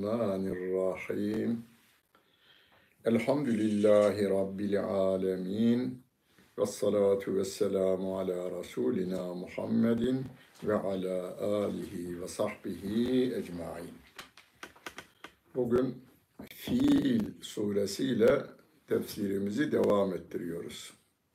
Bismillahirrahmanirrahim. Elhamdülillahi Rabbil alemin. Vessalatu vesselamu ala Resulina Muhammedin ve ala alihi ve sahbihi ecmain. Bugün Fil suresiyle tefsirimizi devam ettiriyoruz.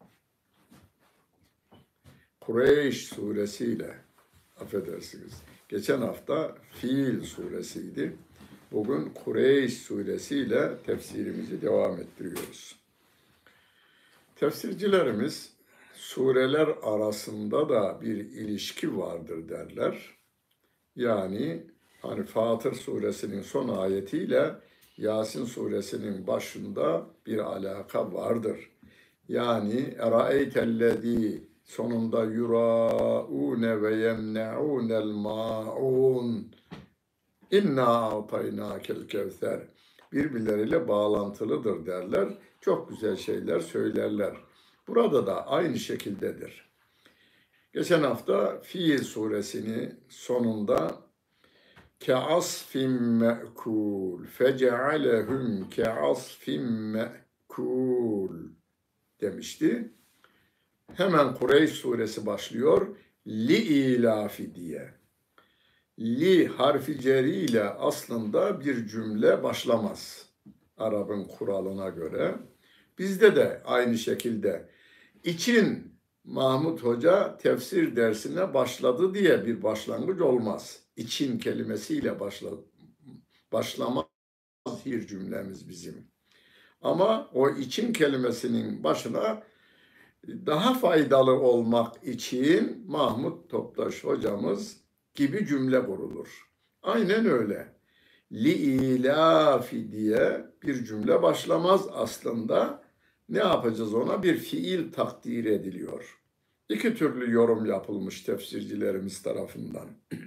Kureyş suresiyle, affedersiniz, geçen hafta Fil suresiydi. Bugün Kureyş suresiyle tefsirimizi devam ettiriyoruz. Tefsircilerimiz sureler arasında da bir ilişki vardır derler. Yani hani Fatır suresinin son ayetiyle Yasin suresinin başında bir alaka vardır. Yani eraeytellezî sonunda yuraûne ve yemneûnel ma'ûn İnna a'taynâkel kevser birbirleriyle bağlantılıdır derler. Çok güzel şeyler söylerler. Burada da aynı şekildedir. Geçen hafta Fil suresinin sonunda ke'asfin me'kûl fece'alehum ke'asfin me'kûl demişti. Hemen Kureyş suresi başlıyor. Li-ilafi diye. Li harfi ceriyle aslında bir cümle başlamaz. Arap'ın kuralına göre. Bizde de aynı şekilde için Mahmut Hoca tefsir dersine başladı diye bir başlangıç olmaz. İçin kelimesiyle başlamaz bir cümlemiz bizim. Ama o için kelimesinin başına daha faydalı olmak için Mahmut Toptaş hocamız gibi cümle kurulur. Aynen öyle. Li-ilafi diye bir cümle başlamaz aslında. Ne yapacağız ona? Bir fiil takdir ediliyor. İki türlü yorum yapılmış tefsircilerimiz tarafından.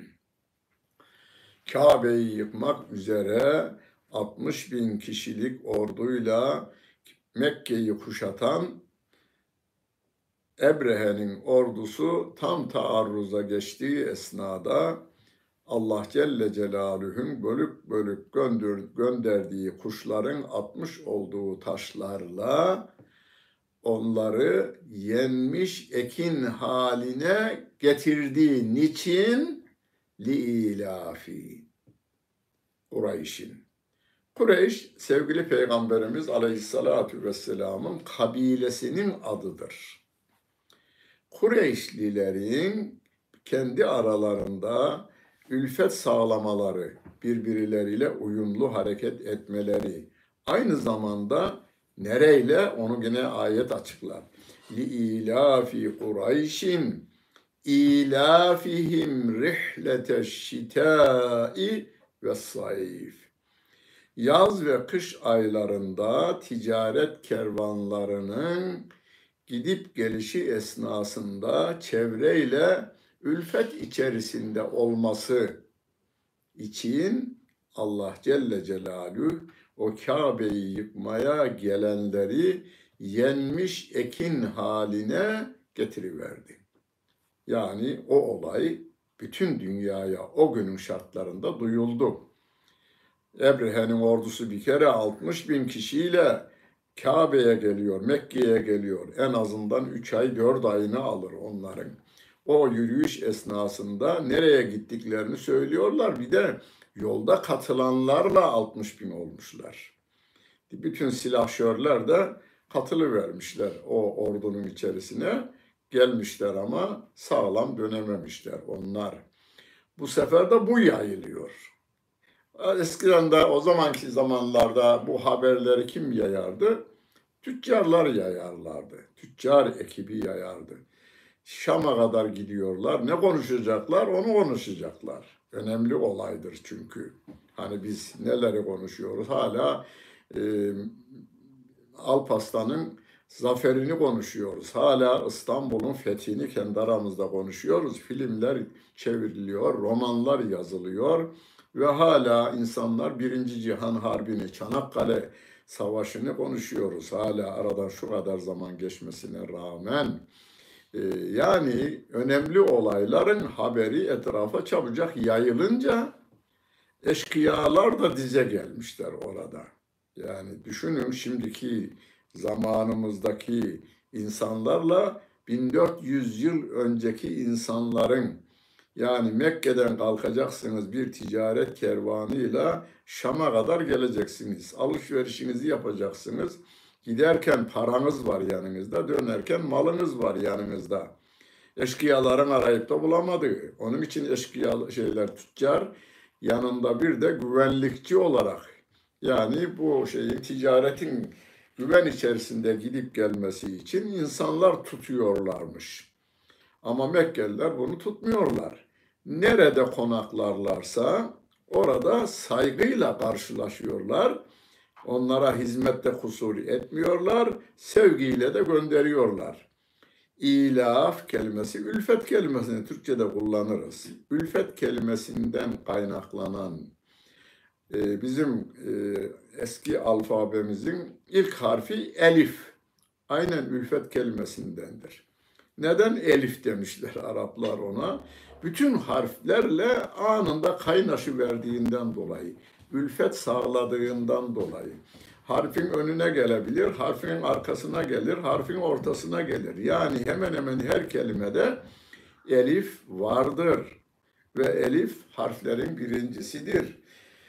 Kabe'yi yıkmak üzere 60 bin kişilik orduyla Mekke'yi kuşatan Ebrehe'nin ordusu tam taarruza geçtiği esnada Allah Celle Celaluhu'nun bölük bölük gönderdiği kuşların atmış olduğu taşlarla onları yenmiş ekin haline getirdiği niçin? Li-ilafi. Kureyş, sevgili Peygamberimiz Aleyhisselatü Vesselam'ın kabilesinin adıdır. Kureyşlilerin kendi aralarında ülfet sağlamaları, birbirleriyle uyumlu hareket etmeleri, aynı zamanda nereyle onu yine ayet açıklar. Li-ilafi Kureyşin ilafihim rihleteşşitâi ve sayf. Yaz ve kış aylarında ticaret kervanlarının gidip gelişi esnasında çevreyle ülfet içerisinde olması için Allah Celle Celaluhu o Kabe'yi yıkmaya gelenleri yenmiş ekin haline getiriverdi. Yani o olay bütün dünyaya o günün şartlarında duyuldu. Ebrehe'nin ordusu bir kere 60 bin kişiyle Kabe'ye geliyor, Mekke'ye geliyor. En azından 3 ay 4 ayını alır onların. O yürüyüş esnasında nereye gittiklerini söylüyorlar. Bir de yolda katılanlarla 60 bin olmuşlar. Bütün silahşörler de katılıvermişler o ordunun içerisine. Gelmişler ama sağlam dönememişler onlar. Bu sefer de bu yayılıyor. Eskiden de o zamanki zamanlarda bu haberleri kim yayardı? Tüccarlar yayarlardı. Tüccar ekibi yayardı. Şam'a kadar gidiyorlar. Ne konuşacaklar? Onu konuşacaklar. Önemli olaydır çünkü. Hani biz neleri konuşuyoruz? Hala Alparslan'ın zaferini konuşuyoruz. Hala İstanbul'un fethini kendi aramızda konuşuyoruz. Filmler çevriliyor, romanlar yazılıyor. Ve hala insanlar Birinci Cihan Harbi'ni, Çanakkale Savaşı'nı konuşuyoruz. Hala aradan şu kadar zaman geçmesine rağmen. Yani önemli olayların haberi etrafa çabucak yayılınca Eşkıyalar da dize gelmişler orada. Yani düşünün şimdiki zamanımızdaki insanlarla 1400 yıl önceki insanların, yani Mekke'den kalkacaksınız bir ticaret kervanıyla Şam'a kadar geleceksiniz. Alışverişinizi yapacaksınız. Giderken paranız var yanınızda, dönerken malınız var yanınızda. Eşkıyaların arayıp da bulamadığı. Onun için eşkıya tüccar yanında bir de güvenlikçi olarak, yani bu ticaretin güven içerisinde gidip gelmesi için insanlar tutuyorlarmış. Ama Mekkeliler bunu tutmuyorlar. Nerede konaklarlarsa orada saygıyla karşılaşıyorlar. Onlara hizmette kusur etmiyorlar, sevgiyle de gönderiyorlar. İlaf kelimesi, ülfet kelimesini Türkçe'de kullanırız. Ülfet kelimesinden kaynaklanan bizim eski alfabemizin ilk harfi elif. Aynen ülfet kelimesindendir. Neden elif demişler Araplar ona? Bütün harflerle anında kaynaşıverdiğinden dolayı, ülfet sağladığından dolayı. Harfin önüne gelebilir, harfin arkasına gelir, harfin ortasına gelir. Yani hemen hemen her kelimede elif vardır ve elif harflerin birincisidir.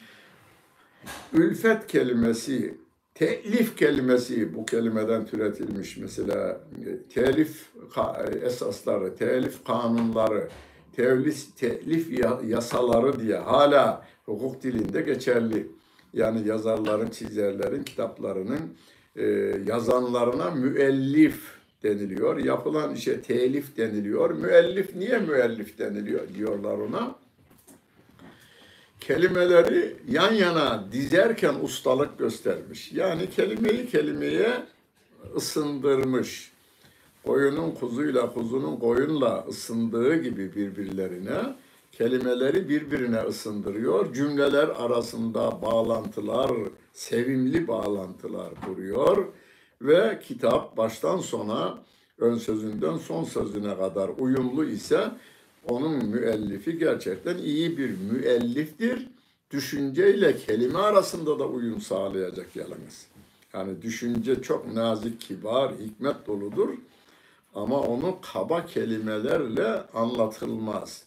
Ülfet kelimesi, telif kelimesi bu kelimeden türetilmiş. Mesela telif esasları, telif kanunları, telif yasaları diye hala hukuk dilinde geçerli. Yani yazarların, çizerlerin, kitaplarının yazanlarına müellif deniliyor. Yapılan işe telif deniliyor. Müellif, niye müellif deniliyor diyorlar ona? Kelimeleri yan yana dizerken ustalık göstermiş. Yani kelimeyi kelimeye ısındırmış. Koyunun kuzuyla, kuzunun koyunla ısındığı gibi birbirlerine, kelimeleri birbirine ısındırıyor. Cümleler arasında bağlantılar, sevimli bağlantılar kuruyor. Ve kitap baştan sona, ön sözünden son sözüne kadar uyumlu ise onun müellifi gerçekten iyi bir müelliftir. Düşünceyle kelime arasında da uyum sağlayacak yalnız. Yani düşünce çok nazik, kibar, hikmet doludur. Ama onu kaba kelimelerle anlatılmaz.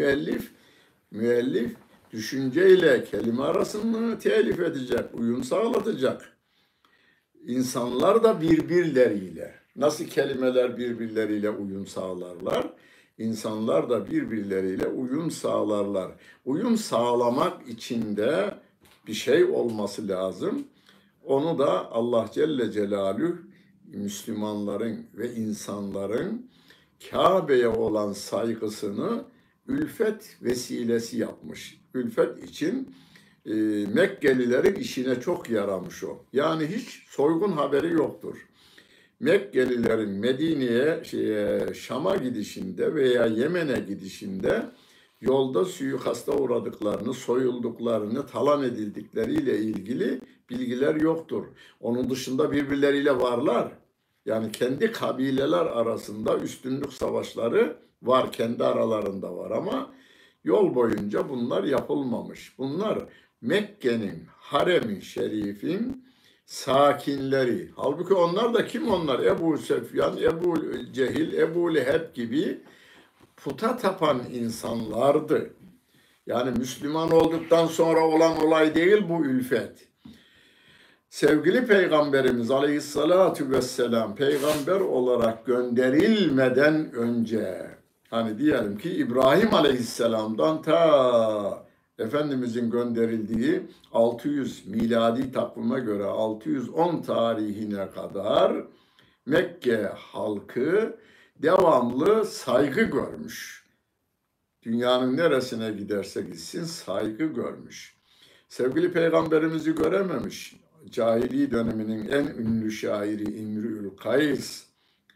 Müellif düşünceyle kelime arasını telif edecek, uyum sağlatacak. İnsanlar da birbirleriyle, nasıl kelimeler birbirleriyle uyum sağlarlar, İnsanlar da birbirleriyle uyum sağlarlar. Uyum sağlamak için de bir şey olması lazım. Onu da Allah Celle Celaluhu Müslümanların ve insanların Kabe'ye olan saygısını ülfet vesilesi yapmış. Ülfet için Mekkelilerin işine çok yaramış o. Yani hiç soygun haberi yoktur. Mekkelilerin Medine'ye, Şam'a gidişinde veya Yemen'e gidişinde yolda suikasta uğradıklarını, soyulduklarını, talan edildikleriyle ilgili bilgiler yoktur. Onun dışında birbirleriyle varlar. Yani kendi kabileler arasında üstünlük savaşları var, kendi aralarında var ama yol boyunca bunlar yapılmamış. Bunlar Mekke'nin, Harem-i Şerif'in sakinleri. Halbuki onlar da kim onlar? Ebu Süfyan, Ebu Cehil, Ebu Leheb gibi puta tapan insanlardı. Yani Müslüman olduktan sonra olan olay değil bu ülfet. Sevgili Peygamberimiz Aleyhisselatü Vesselam peygamber olarak gönderilmeden önce, hani diyelim ki İbrahim Aleyhisselam'dan ta Efendimizin gönderildiği 600 miladi takvime göre 610 tarihine kadar Mekke halkı devamlı saygı görmüş. Dünyanın neresine giderse gitsin saygı görmüş. Sevgili Peygamberimizi görememiş. Cahili döneminin en ünlü şairi İmrü'ül Kays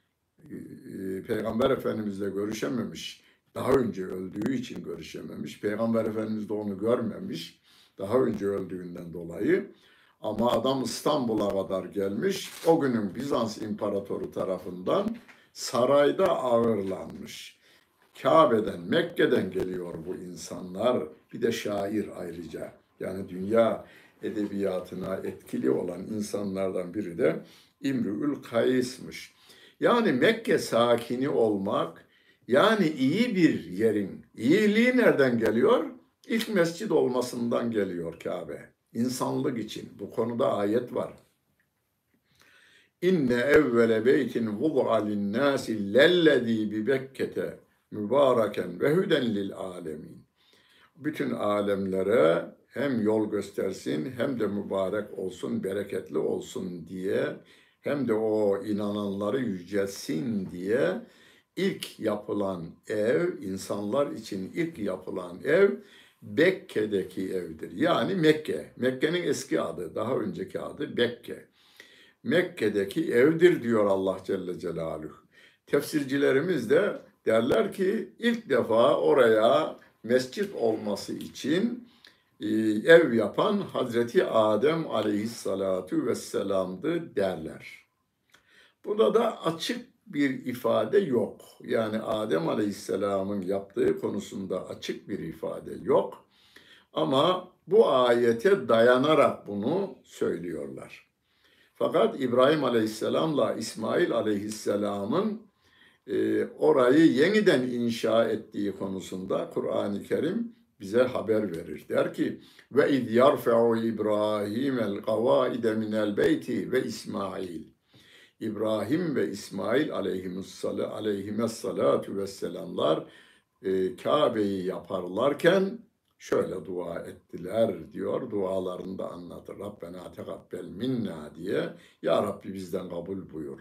Peygamber Efendimizle görüşememiş. Daha önce öldüğü için görüşememiş. Peygamber Efendimiz de onu görmemiş. Daha önce öldüğünden dolayı. Ama adam İstanbul'a kadar gelmiş. O günün Bizans İmparatoru tarafından sarayda ağırlanmış. Kabe'den, Mekke'den geliyor bu insanlar. Bir de şair ayrıca. Yani dünya edebiyatına etkili olan insanlardan biri de İmrü'ül Kays'mış. Yani Mekke sakini olmak, yani iyi bir yerin, iyiliği nereden geliyor? İlk mescid olmasından geliyor Kabe. İnsanlık için. Bu konuda ayet var. İnne evvele beytin vud'a linnâsi lellezî bi Bekke'te mübareken ve hüden lil âlemin. Bütün alemlere hem yol göstersin hem de mübarek olsun, bereketli olsun diye, hem de o inananları yücelsin diye ilk yapılan ev, insanlar için ilk yapılan ev Bekke'deki evdir. Yani Mekke. Mekke'nin eski adı, daha önceki adı Bekke. Mekke'deki evdir diyor Allah Celle Celaluhu. Tefsircilerimiz de derler ki ilk defa oraya mescit olması için ev yapan Hazreti Adem Aleyhissalatu Vesselam'dı derler. Burada da açık bir ifade yok. Yani Adem Aleyhisselam'ın yaptığı konusunda açık bir ifade yok. Ama bu ayete dayanarak bunu söylüyorlar. Fakat İbrahim Aleyhisselam'la İsmail Aleyhisselam'ın orayı yeniden inşa ettiği konusunda Kur'an-ı Kerim bize haber verir. Der ki ve iz yarfa'u İbrahim el kavaide minel beyti ve İsmail. İbrahim ve İsmail aleyhissalatu vesselamlar Kabe'yi yaparlarken şöyle dua ettiler diyor. Dualarında anlatır. Rabbena tegabbel minna diye. Ya Rabbi bizden kabul buyur.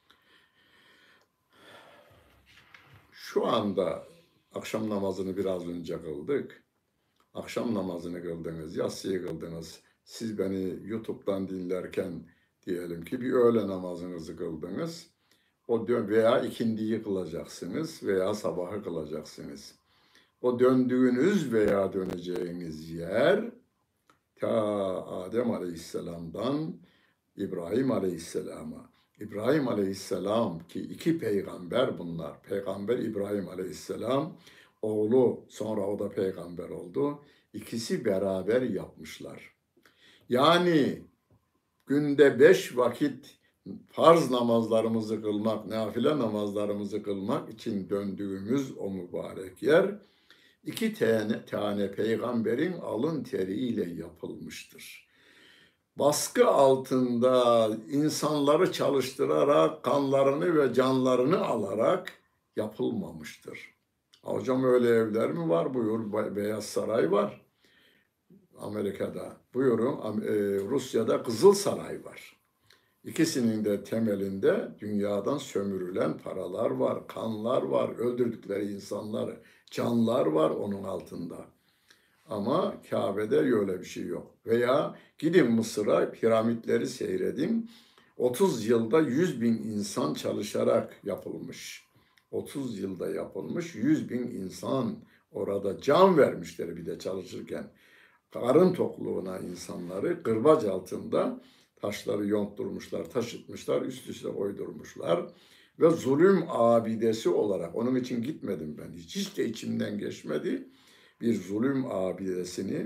Şu anda akşam namazını biraz önce kıldık. Akşam namazını kıldınız, yatsıyı kıldınız. Siz beni YouTube'dan dinlerken diyelim ki bir öğle namazınızı kıldınız. Veya ikindiyi kılacaksınız veya sabahı kılacaksınız. O döndüğünüz veya döneceğiniz yer ta Adem Aleyhisselam'dan İbrahim Aleyhisselam'a. İbrahim Aleyhisselam ki iki peygamber bunlar. Peygamber İbrahim Aleyhisselam, oğlu sonra o da peygamber oldu. İkisi beraber yapmışlar. Yani günde 5 vakit farz namazlarımızı kılmak, nafile namazlarımızı kılmak için döndüğümüz o mübarek yer, iki tane peygamberin alın teriyle yapılmıştır. Baskı altında insanları çalıştırarak, kanlarını ve canlarını alarak yapılmamıştır. Hocam öyle evler mi var? Buyur, Beyaz Saray var Amerika'da. Buyurun, Rusya'da Kızıl Saray var. İkisinin de temelinde dünyadan sömürülen paralar var, kanlar var, öldürdükleri insanlar, canlar var onun altında. Ama Kabe'de öyle bir şey yok. Veya gidin Mısır'a, piramitleri seyredin. 30 yılda 100 bin insan çalışarak yapılmış. 30 yılda yapılmış 100 bin insan orada can vermişler bir de çalışırken. Karın tokluğuna insanları kırbaç altında taşları yontturmuşlar, taşıtmışlar, üst üste koydurmuşlar. Ve zulüm abidesi olarak, onun için gitmedim ben, hiç de içimden geçmedi. Bir zulüm abidesini,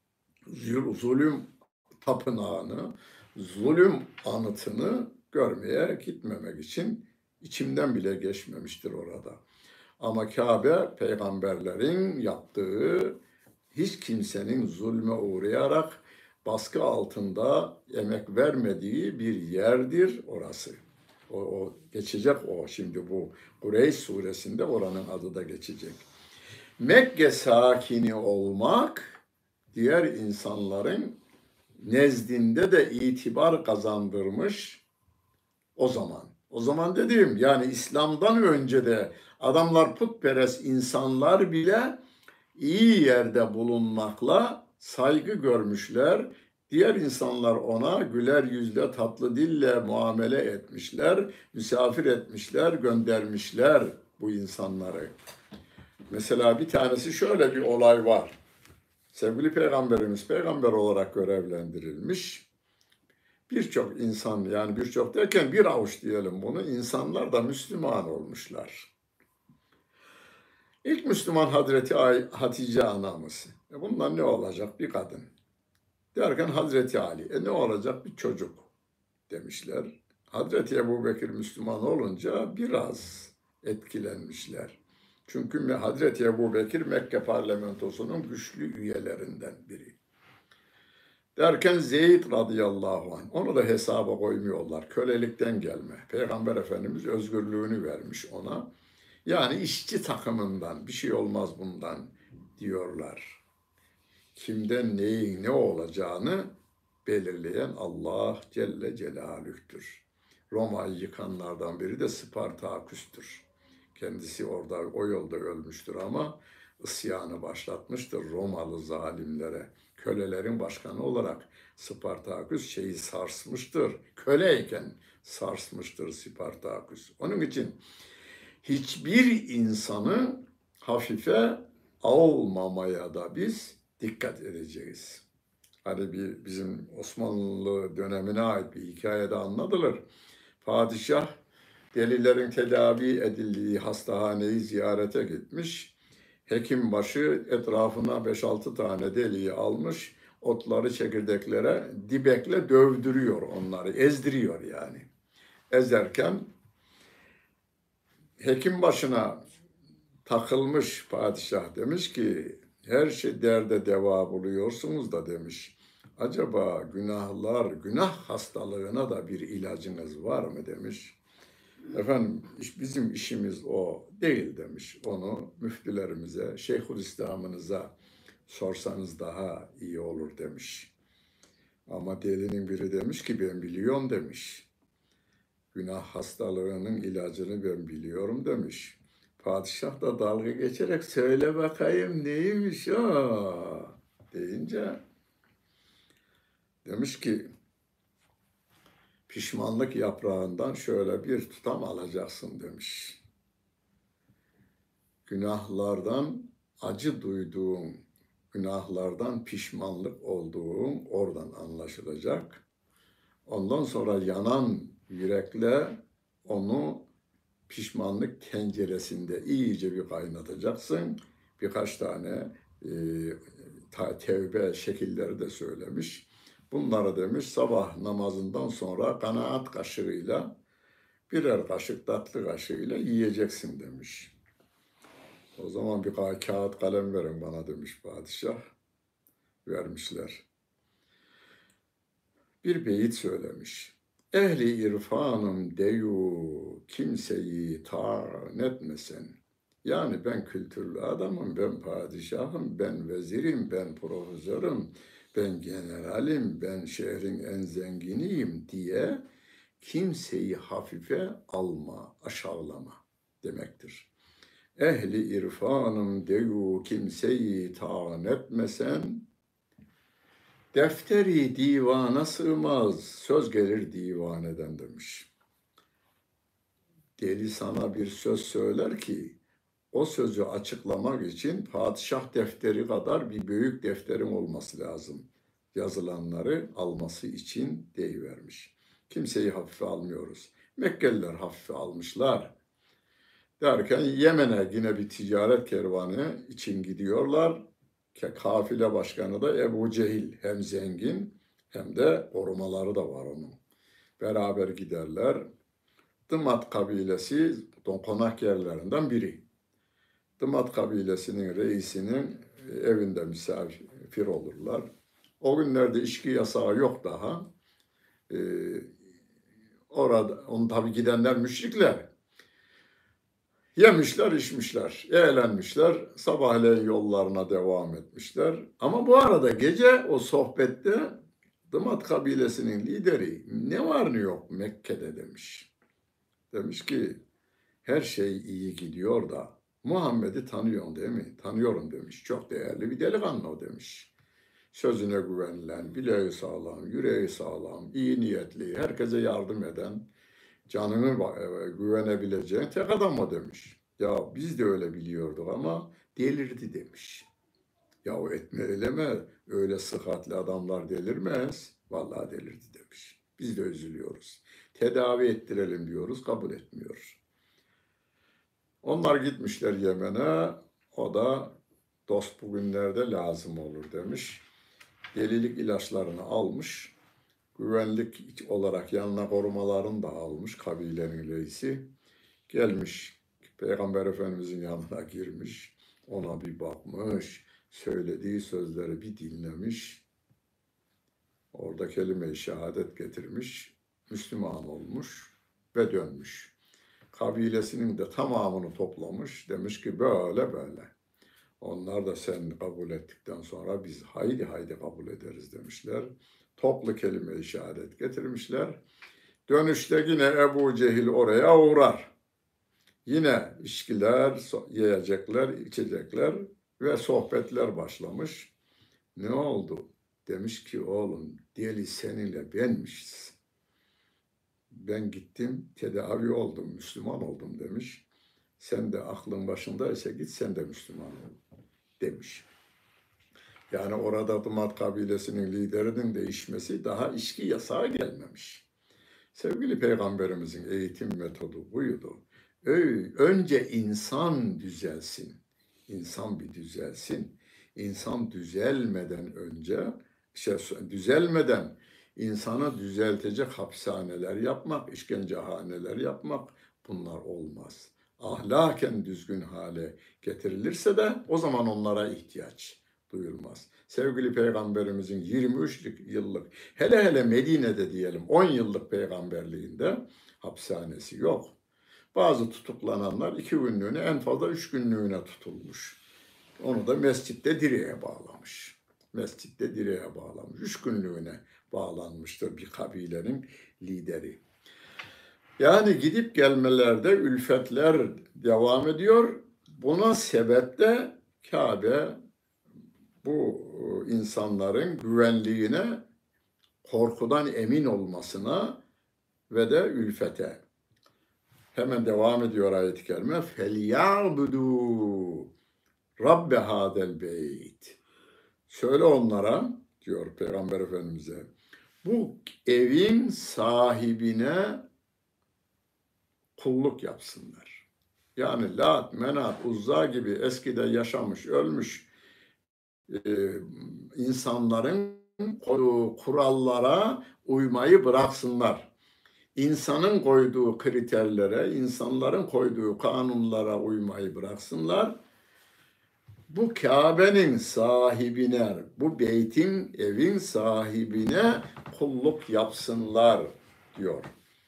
zulüm tapınağını, zulüm anıtını görmeye gitmemek için içimden bile geçmemiştir orada. Ama Kabe peygamberlerin yaptığı, hiç kimsenin zulme uğrayarak baskı altında emek vermediği bir yerdir orası. O geçecek o. Şimdi bu Kureyş suresinde oranın adı da geçecek. Mekke sakini olmak diğer insanların nezdinde de itibar kazandırmış o zaman. O zaman dediğim yani İslam'dan önce de adamlar putperest insanlar bile iyi yerde bulunmakla saygı görmüşler. Diğer insanlar ona güler yüzle, tatlı dille muamele etmişler, misafir etmişler, göndermişler bu insanları. Mesela bir tanesi şöyle bir olay var. Sevgili Peygamberimiz peygamber olarak görevlendirilmiş. Birçok insan, yani birçok derken bir avuç diyelim bunu, insanlar da Müslüman olmuşlar. İlk Müslüman Hazreti Hatice anamız. Bundan ne olacak? Bir kadın. Derken Hazreti Ali, ne olacak bir çocuk demişler. Hazreti Ebubekir Müslüman olunca biraz etkilenmişler. Çünkü Hazreti Ebubekir Mekke parlamentosunun güçlü üyelerinden biri. Derken Zeyd radıyallahu anh, onu da hesaba koymuyorlar. Kölelikten gelme. Peygamber Efendimiz özgürlüğünü vermiş ona. Yani işçi takımından, bir şey olmaz bundan diyorlar. Kimden neyin ne olacağını belirleyen Allah Celle Celaluh'tür. Roma'yı yıkanlardan biri de Spartaküs'tür. Kendisi orada o yolda ölmüştür ama isyanı başlatmıştır Romalı zalimlere. Kölelerin başkanı olarak Spartaküs şeyi sarsmıştır. Köleyken sarsmıştır Spartaküs. Onun için hiçbir insanı hafife almamaya da biz dikkat edeceğiz. Hani bizim Osmanlı dönemine ait bir hikayede anlatılır. Padişah delilerin tedavi edildiği hastahaneyi ziyarete gitmiş. Hekimbaşı etrafına 5-6 tane deliyi almış. Otları çekirdeklere dibekle dövdürüyor onları. Ezdiriyor yani. Ezerken hekim başına takılmış padişah demiş ki her şey derde deva buluyorsunuz da demiş. Acaba günah hastalığına da bir ilacınız var mı demiş. Efendim bizim işimiz o değil demiş. Onu müftülerimize, Şeyhülislam'ınıza sorsanız daha iyi olur demiş. Ama delinin biri demiş ki ben biliyorum demiş. Günah hastalığının ilacını ben biliyorum demiş. Padişah da dalga geçerek söyle bakayım neymiş o deyince demiş ki pişmanlık yaprağından şöyle bir tutam alacaksın demiş. Günahlardan acı duyduğun, günahlardan pişmanlık olduğun oradan anlaşılacak. Ondan sonra yanan yürekle onu pişmanlık tenceresinde iyice bir kaynatacaksın. Birkaç tane tevbe şekilleri de söylemiş. Bunları demiş sabah namazından sonra kanaat kaşığıyla birer kaşık tatlı kaşığıyla yiyeceksin demiş. O zaman bir kağıt kalem verin bana demiş padişah. Vermişler. Bir beyit söylemiş. Ehli irfanım deyu kimseyi taan etmesen. Yani ben kültürlü adamım, ben padişahım, ben vezirim, ben profesörüm, ben generalim, ben şehrin en zenginiyim diye kimseyi hafife alma, aşağılama demektir. Ehli irfanım deyu kimseyi taan etmesen, defteri divana sığmaz, söz gelir divaneden demiş. Deli sana bir söz söyler ki, o sözü açıklamak için padişah defteri kadar bir büyük defterin olması lazım. Yazılanları alması için deyivermiş. Kimseyi hafife almıyoruz. Mekkeliler hafife almışlar. Derken Yemen'e yine bir ticaret kervanı için gidiyorlar. Kafile başkanı da Ebu Cehil, hem zengin hem de korumaları da var onun. Beraber giderler. Dımat kabilesi konak yerlerinden biri. Dımat kabilesinin reisinin evinde misafir olurlar. O günlerde içki yasağı yok daha. Orada tabii gidenler müşrikler. Yemişler, içmişler, eğlenmişler, sabahleyin yollarına devam etmişler. Ama bu arada gece o sohbette Dımat kabilesinin lideri ne var ne yok Mekke'de demiş. Demiş ki her şey iyi gidiyor da Muhammed'i tanıyorsun değil mi? Tanıyorum demiş. Çok değerli bir delikanlı o demiş. Sözüne güvenilen, bileği sağlam, yüreği sağlam, iyi niyetli, herkese yardım eden, canını güvenebileceğin tek adam o demiş. Ya biz de öyle biliyorduk ama delirdi demiş. Ya o etme eyleme öyle sıhhatli adamlar delirmez. Vallahi delirdi demiş. Biz de üzülüyoruz. Tedavi ettirelim diyoruz, kabul etmiyor. Onlar gitmişler Yemen'e. O da dost bugünlerde lazım olur demiş. delilik ilaçlarını almış. Güvenlik olarak yanına korumalarını da almış kabilenin reisi. Gelmiş Peygamber Efendimizin yanına girmiş. Ona bir bakmış. Söylediği sözleri bir dinlemiş. Orada kelime-i şehadet getirmiş. Müslüman olmuş ve dönmüş. Kabilesinin de tamamını toplamış. Demiş ki böyle böyle. Onlar da sen kabul ettikten sonra biz haydi haydi kabul ederiz demişler. Toplu kelime-i şehadet getirmişler. Dönüşte yine Ebu Cehil oraya uğrar. Yine içkiler, yiyecekler, içecekler ve sohbetler başlamış. Ne oldu? Demiş ki oğlum deli seninle benmişiz. Ben gittim tedavi oldum, Müslüman oldum demiş. Sen de aklın başındaysa git sen de Müslüman ol demiş. Yani orada Dımat kabilesinin liderinin değişmesi daha içki yasağı gelmemiş. Sevgili Peygamberimizin eğitim metodu buydu. Önce insan düzelsin. İnsan bir düzelsin. İnsan düzelmeden önce, düzelmeden insanı düzeltecek hapishaneler yapmak, işkencehaneler yapmak bunlar olmaz. Ahlaken düzgün hale getirilirse de o zaman onlara ihtiyaç duyulmaz. Sevgili Peygamberimizin 23 yıllık, hele hele Medine'de diyelim 10 yıllık peygamberliğinde hapishanesi yok. Bazı tutuklananlar 2 günlüğüne en fazla 3 günlüğüne tutulmuş. Onu da mescitte direğe bağlamış. Mescitte direğe bağlamış. 3 günlüğüne bağlanmıştır bir kabilenin lideri. Yani gidip gelmelerde ülfetler devam ediyor. Buna sebep de Kabe bu insanların güvenliğine, korkudan emin olmasına ve de ülfete. Hemen devam ediyor ayet-i kerime. فَلْيَعْبُدُوا Rabbe hadel beyt. Söyle onlara diyor Peygamber Efendimiz'e. Bu evin sahibine kulluk yapsınlar. Yani Lat, Menat, Uzza gibi eskide yaşamış, ölmüş insanların koyduğu kurallara uymayı bıraksınlar. İnsanın koyduğu kriterlere, insanların koyduğu kanunlara uymayı bıraksınlar. Bu Kabe'nin sahibine, bu beytin, evin sahibine kulluk yapsınlar diyor.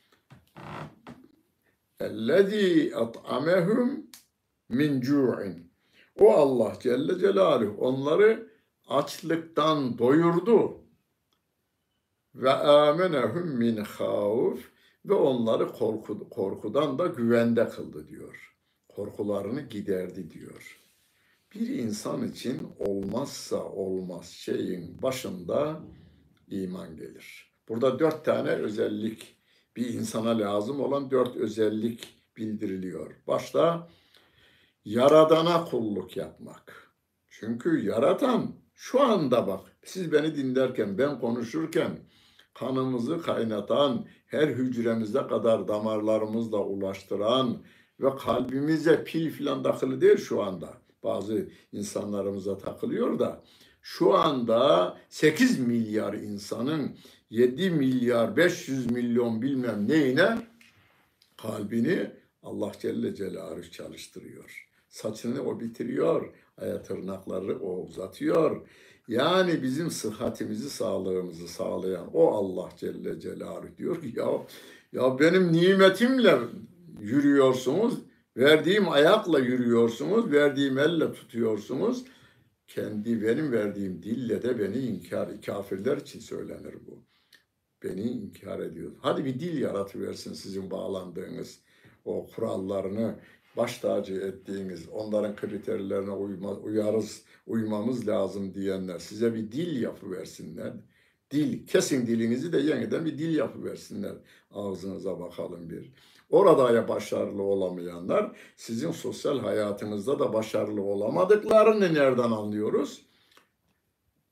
اَلَّذ۪ي اَطْعَمَهُمْ min cu'in. O Allah Celle Celaluhu onları açlıktan doyurdu. Ve amenehum min havf ve onları korkudan da güvende kıldı diyor. Korkularını giderdi diyor. Bir insan için olmazsa olmaz şeyin başında iman gelir. Burada 4 tane özellik, bir insana lazım olan 4 özellik bildiriliyor. Başta Yaradana kulluk yapmak. Çünkü yaratan şu anda bak, siz beni dinlerken, ben konuşurken kanımızı kaynatan, her hücremize kadar damarlarımızla ulaştıran ve kalbimize pil filan takılı değil şu anda. Bazı insanlarımıza takılıyor da şu anda 8 milyar insanın 7 milyar 500 milyon bilmem neyine kalbini Allah Celle Celaluhu çalıştırıyor. Saçını o bitiriyor, tırnakları o uzatıyor. Yani bizim sıhhatimizi, sağlığımızı sağlayan o Allah Celle Celaluhu diyor ki ya benim nimetimle yürüyorsunuz, verdiğim ayakla yürüyorsunuz, verdiğim elle tutuyorsunuz. Benim verdiğim dille de beni inkar, kafirler için söylenir bu. Beni inkar ediyor. Hadi bir dil yaratıversin sizin bağlandığınız o kurallarını baş tacı ettiğiniz, onların kriterlerine uymamız lazım diyenler size bir dil yapıversinler. Dil, kesin dilinizi de yeniden bir dil yapıversinler. Ağzınıza bakalım bir. Orada ya başarılı olamayanlar sizin sosyal hayatınızda da başarılı olamadıklarını nereden anlıyoruz?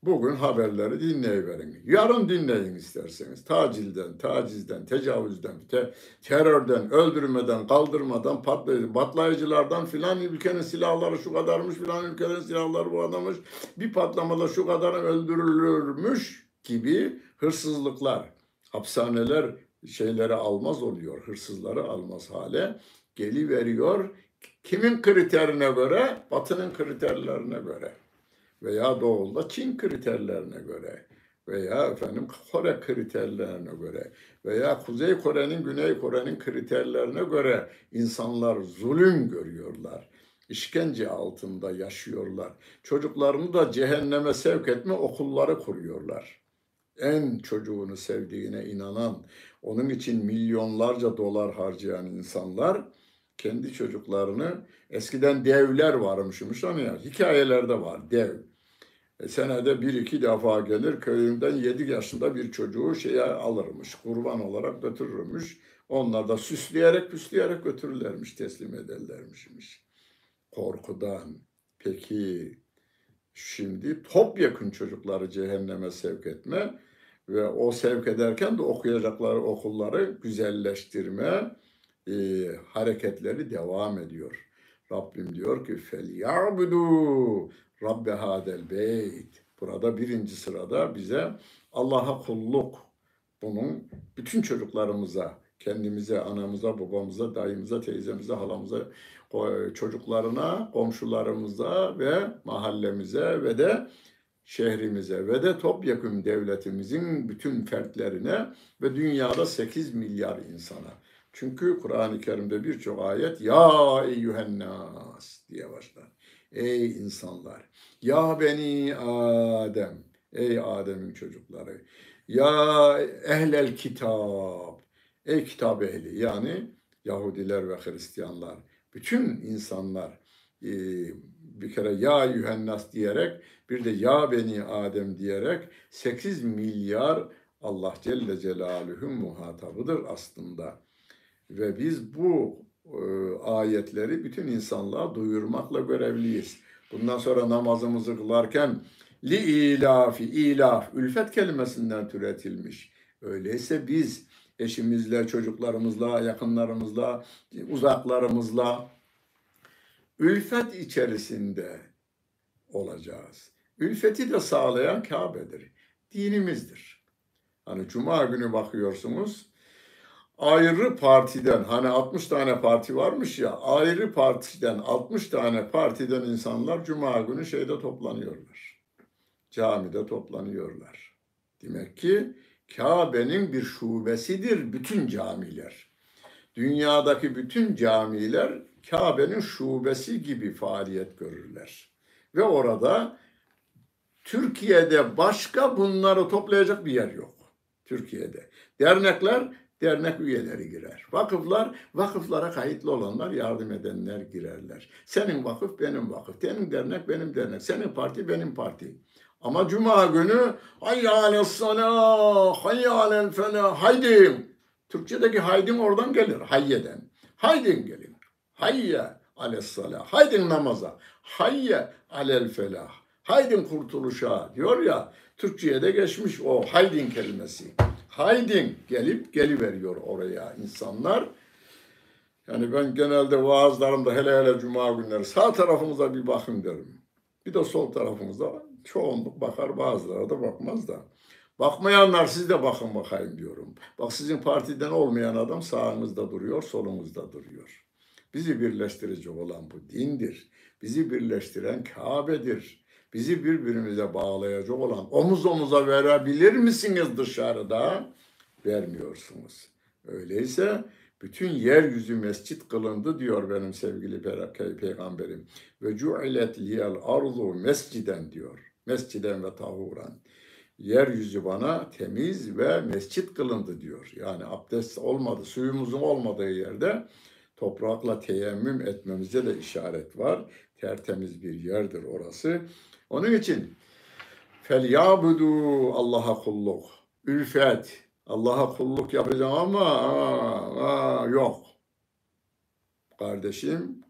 Bugün haberleri dinleyiverin. Yarın dinleyin isterseniz. Tacilden, tacizden, tecavüzden, terörden, öldürmeden, kaldırmadan, patlayıcılardan filan ülkenin silahları şu kadarmış, filan ülkenin silahları bu kadarmış. Bir patlamada şu kadar öldürülürmüş gibi hırsızlıklar, hapishaneler şeyleri almaz oluyor, hırsızları almaz hale geliveriyor. Kimin kriterine göre? Batı'nın kriterlerine göre veya Doğu'da Çin kriterlerine göre veya efendim Kore kriterlerine göre veya Kuzey Kore'nin Güney Kore'nin kriterlerine göre insanlar zulüm görüyorlar. İşkence altında yaşıyorlar. Çocuklarını da cehenneme sevk etme okulları kuruyorlar. En çocuğunu sevdiğine inanan, onun için milyonlarca dolar harcayan insanlar kendi çocuklarını, eskiden devler varmışmış hani ya, hikayelerde var dev. Senede bir iki defa gelir köyünden 7 yaşında bir çocuğu şeye alırmış, kurban olarak götürürmüş. Onlar da süsleyerek püsleyerek götürürlermiş, teslim ederlermişmiş. Korkudan. Peki şimdi topyekun çocukları cehenneme sevk etme ve o sevk ederken de okuyacakları okulları güzelleştirme hareketleri devam ediyor. Rabbim diyor ki فَلْيَعْبُدُوا Rabbe hadel beyt. Burada birinci sırada bize Allah'a kulluk. Bunun bütün çocuklarımıza, kendimize, anamıza, babamıza, dayımıza, teyzemize, halamıza, çocuklarına, komşularımıza ve mahallemize ve de şehrimize ve de topyekun devletimizin bütün fertlerine ve dünyada 8 milyar insana. Çünkü Kur'an-ı Kerim'de birçok ayet ya eyyühennas diye başlar. Ey insanlar, ya beni Adem, ey Adem'in çocukları, ya ehlel kitap, ey kitap ehli yani Yahudiler ve Hristiyanlar, bütün insanlar bir kere ya eyyühennas diyerek bir de ya beni Adem diyerek 8 milyar Allah Celle Celaluhu'nun muhatabıdır aslında. Ve biz bu ayetleri bütün insanlığa duyurmakla görevliyiz. Bundan sonra namazımızı kılarken li ilafi, ilaf, ülfet kelimesinden türetilmiş. Öyleyse biz eşimizle, çocuklarımızla, yakınlarımızla, uzaklarımızla ülfet içerisinde olacağız. Ülfeti de sağlayan Kabe'dir. Dinimizdir. Hani Cuma günü bakıyorsunuz, ayrı partiden hani 60 tane parti varmış ya ayrı partiden 60 tane partiden insanlar Cuma günü şeyde toplanıyorlar. Camide toplanıyorlar. Demek ki Kabe'nin bir şubesidir bütün camiler. Dünyadaki bütün camiler Kabe'nin şubesi gibi faaliyet görürler. Ve orada Türkiye'de başka bunları toplayacak bir yer yok. Türkiye'de. Dernekler, dernek üyeleri girer. Vakıflar, vakıflara kayıtlı olanlar, yardım edenler girerler. Senin vakıf, benim vakıf. Senin dernek, benim dernek. Senin parti, benim parti. Ama Cuma günü hayya aleyhissalah, hayya alel felah, haydi. Türkçedeki haydin oradan gelir, hayyeden. Haydin gelin. Hayye aleyhissalah, haydin namaza. Hayye alel felah. Haydin kurtuluşa diyor ya, Türkçe'ye de geçmiş o haydin kelimesi. Haydin gelip geliveriyor oraya insanlar. Yani ben genelde vaazlarımda hele hele cuma günleri sağ tarafımıza bir bakın derim. Bir de sol tarafımıza çoğunluk bakar, bazıları da bakmaz da. Bakmayanlar siz de bakın bakayım diyorum. Bak sizin partiden olmayan adam sağınızda duruyor, solunuzda duruyor. Bizi birleştirici olan bu dindir. Bizi birleştiren Kabe'dir. Bizi birbirimize bağlayacak olan omuz omuza verebilir misiniz dışarıda? Vermiyorsunuz. Öyleyse bütün yeryüzü mescit kılındı diyor benim sevgili peygamberim. Ve cu'ilet liyel arzu mesciden diyor. Mesciden ve tahuran. Yeryüzü bana temiz ve mescit kılındı diyor. Yani abdest olmadı, suyumuzun olmadığı yerde toprakla teyemmüm etmemize de işaret var. Tertemiz bir yerdir orası. Onun için felyabudu Allah'a kulluk. Ülfet. Allah'a kulluk yapacağım ama yok.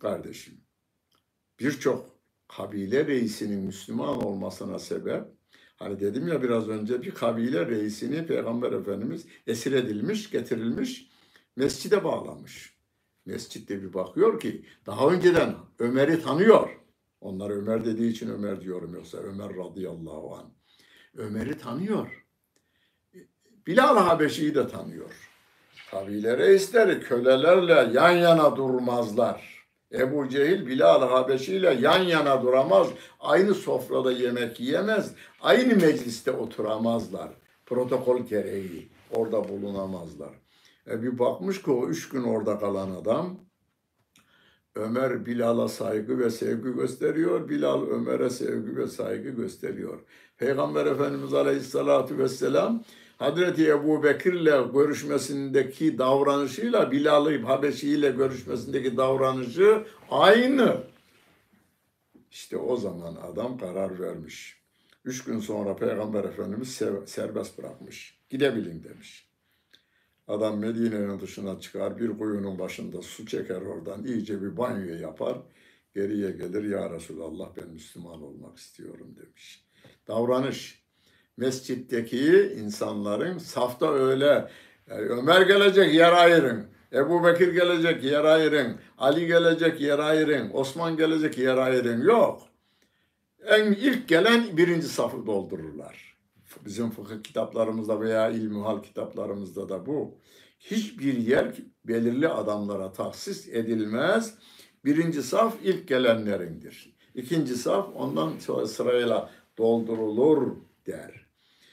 Kardeşim. Birçok kabile reisinin Müslüman olmasına sebep Hani dedim ya biraz önce, bir kabile reisini Peygamber Efendimiz esir edilmiş, getirilmiş, mescide bağlamış. Mescitte bir bakıyor ki daha önceden Ömer'i tanıyor. Onlar Ömer dediği için Ömer diyorum, yoksa Ömer radıyallahu anh. Ömer'i tanıyor. Bilal Habeşi'yi de tanıyor. Kabile reisleri kölelerle yan yana durmazlar. Ebu Cehil Bilal Habeşi ile yan yana duramaz. Aynı sofrada yemek yiyemez. Aynı mecliste oturamazlar. Protokol gereği orada bulunamazlar. Bir bakmış ki o 3 gün orada kalan adam, Ömer Bilal'a saygı ve sevgi gösteriyor. Bilal Ömer'e sevgi ve saygı gösteriyor. Peygamber Efendimiz Aleyhisselatü Vesselam Hazreti Ebu Bekir'le görüşmesindeki davranışıyla Bilal-i Habeşi ile görüşmesindeki davranışı aynı. İşte o zaman adam karar vermiş. 3 gün sonra Peygamber Efendimiz serbest bırakmış. Gidebilin demiş. Adam Medine'nin dışına çıkar, bir kuyunun başında su çeker, oradan iyice bir banyo yapar. Geriye gelir, ya Resulallah ben Müslüman olmak istiyorum demiş. Davranış. Mescitteki insanların safta öyle, yani Ömer gelecek yer ayırın, Ebu Bekir gelecek yer ayırın, Ali gelecek yer ayırın, Osman gelecek yer ayırın, yok. İlk gelen birinci safı doldururlar. Bizim fıkıh kitaplarımızda veya ilmihal kitaplarımızda da bu. Hiçbir yer belirli adamlara tahsis edilmez. Birinci saf ilk gelenlerindir. İkinci saf ondan sonra sırayla doldurulur der.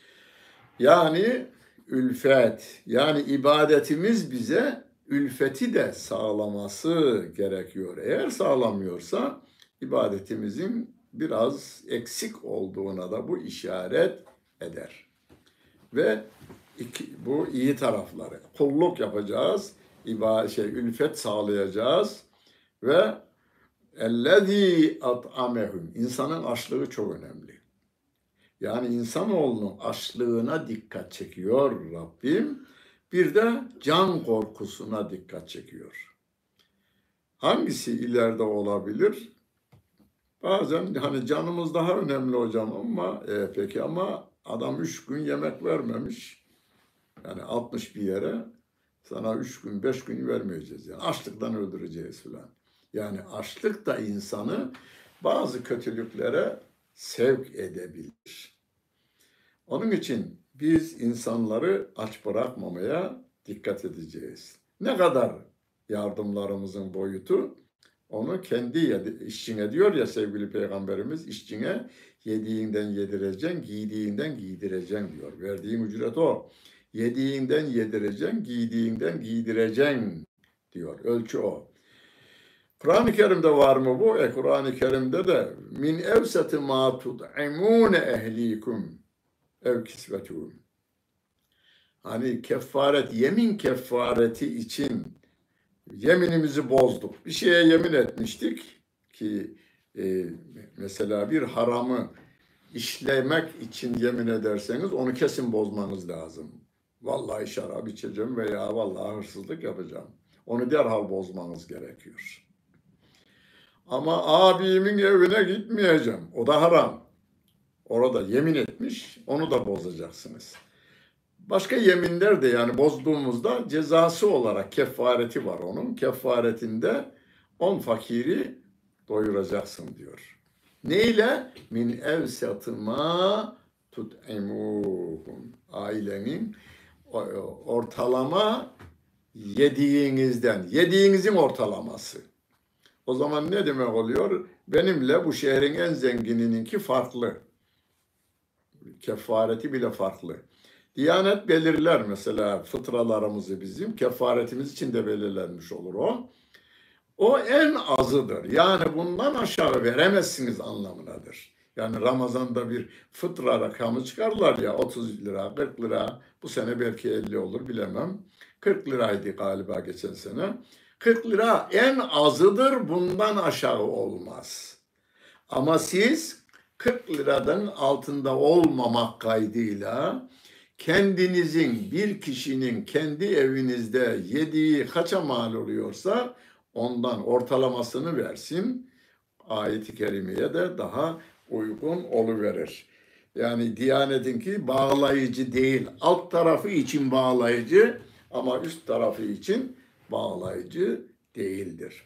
Yani ülfet, yani ibadetimiz bize ülfeti de sağlaması gerekiyor. Eğer sağlamıyorsa ibadetimizin biraz eksik olduğuna da bu işaret eder. Ve bu iyi tarafları. Kulluk yapacağız, ülfet sağlayacağız ve ellezî at'amehum. İnsanın açlığı çok önemli. Yani insanoğlunun açlığına dikkat çekiyor Rabbim. Bir de can korkusuna dikkat çekiyor. Hangisi ileride olabilir? Bazen hani canımız daha önemli hocam, ama peki ama adam 3 gün yemek vermemiş. Yani 60 bir yere sana 3 gün 5 gün vermeyeceğiz. Yani açlıktan öldüreceğiz falan. Yani açlık da insanı bazı kötülüklere sevk edebilir. Onun için biz insanları aç bırakmamaya dikkat edeceğiz. Ne kadar yardımlarımızın boyutu, onu kendi işçine diyor ya sevgili Peygamberimiz, işçine yediğinden yedireceksin, giydiğinden giydireceksin diyor. Verdiğin ücret o. Yediğinden yedireceksin, giydiğinden giydireceksin diyor. Ölçü o. Kur'an-ı Kerim'de var mı bu? Kur'an-ı Kerim'de de min evseti ma tud'imune ehlikum ev kisvetuhum. Hani kefaret, yemin kefareti için yeminimizi bozduk. Bir şeye yemin etmiştik ki mesela bir haramı işlemek için yemin ederseniz onu kesin bozmanız lazım. Vallahi şarap içeceğim veya vallahi hırsızlık yapacağım. Onu derhal bozmanız gerekiyor. Ama abimin evine gitmeyeceğim. O da haram. Orada yemin etmiş, onu da bozacaksınız. Başka yeminler de yani bozduğumuzda cezası olarak kefareti var onun. Kefaretinde 10 fakiri doyuracaksın diyor. Neyle? Min evsatına tut'imuhum. Ailenin ortalama yediğinizden, yediğinizin ortalaması. O zaman ne demek oluyor? Benimle bu şehrin en zenginininki farklı. Kefareti bile farklı. Diyanet belirler mesela fıtralarımızı bizim. Kefaretimiz için de belirlenmiş olur o. O en azıdır. Yani bundan aşağı veremezsiniz anlamındadır. Yani Ramazan'da bir fıtra rakamı çıkarlar ya, 30 lira, 40 lira. Bu sene belki 50 olur bilemem. 40 liraydı galiba geçen sene. 40 lira en azıdır, bundan aşağı olmaz. Ama siz 40 liradan altında olmamak kaydıyla kendinizin, bir kişinin kendi evinizde yediği kaça mal oluyorsa ondan ortalamasını versin. Ayet-i kerimeye de daha uygun oluverir. Yani Diyanet'inki bağlayıcı değil. Alt tarafı için bağlayıcı ama üst tarafı için bağlayıcı değildir.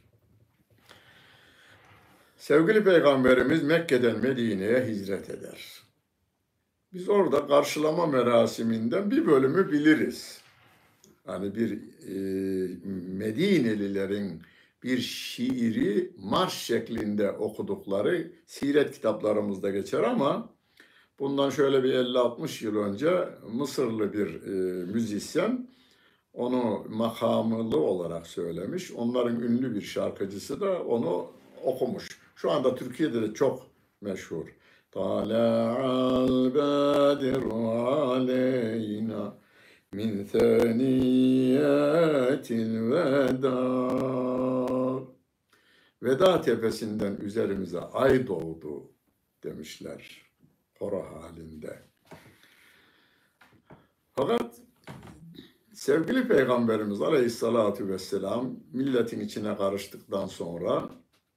Sevgili Peygamberimiz Mekke'den Medine'ye hicret eder. Biz orada karşılama merasiminden bir bölümü biliriz. Hani bir Medinelilerin bir şiiri marş şeklinde okudukları siret kitaplarımızda geçer ama bundan şöyle bir 50-60 yıl önce Mısırlı bir müzisyen onu makamlı olarak söylemiş. Onların ünlü bir şarkıcısı da onu okumuş. Şu anda Türkiye'de de çok meşhur. Tala'al bedru aleyna min thaniyetil veda. Veda tepesinden üzerimize ay doğdu demişler koro halinde. Fakat sevgili Peygamberimiz Aleyhisselatü Vesselam milletin içine karıştıktan sonra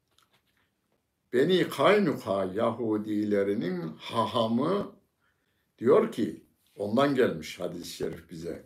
Beni Kaynuka Yahudilerinin hahamı diyor ki, ondan gelmiş hadis-i şerif bize.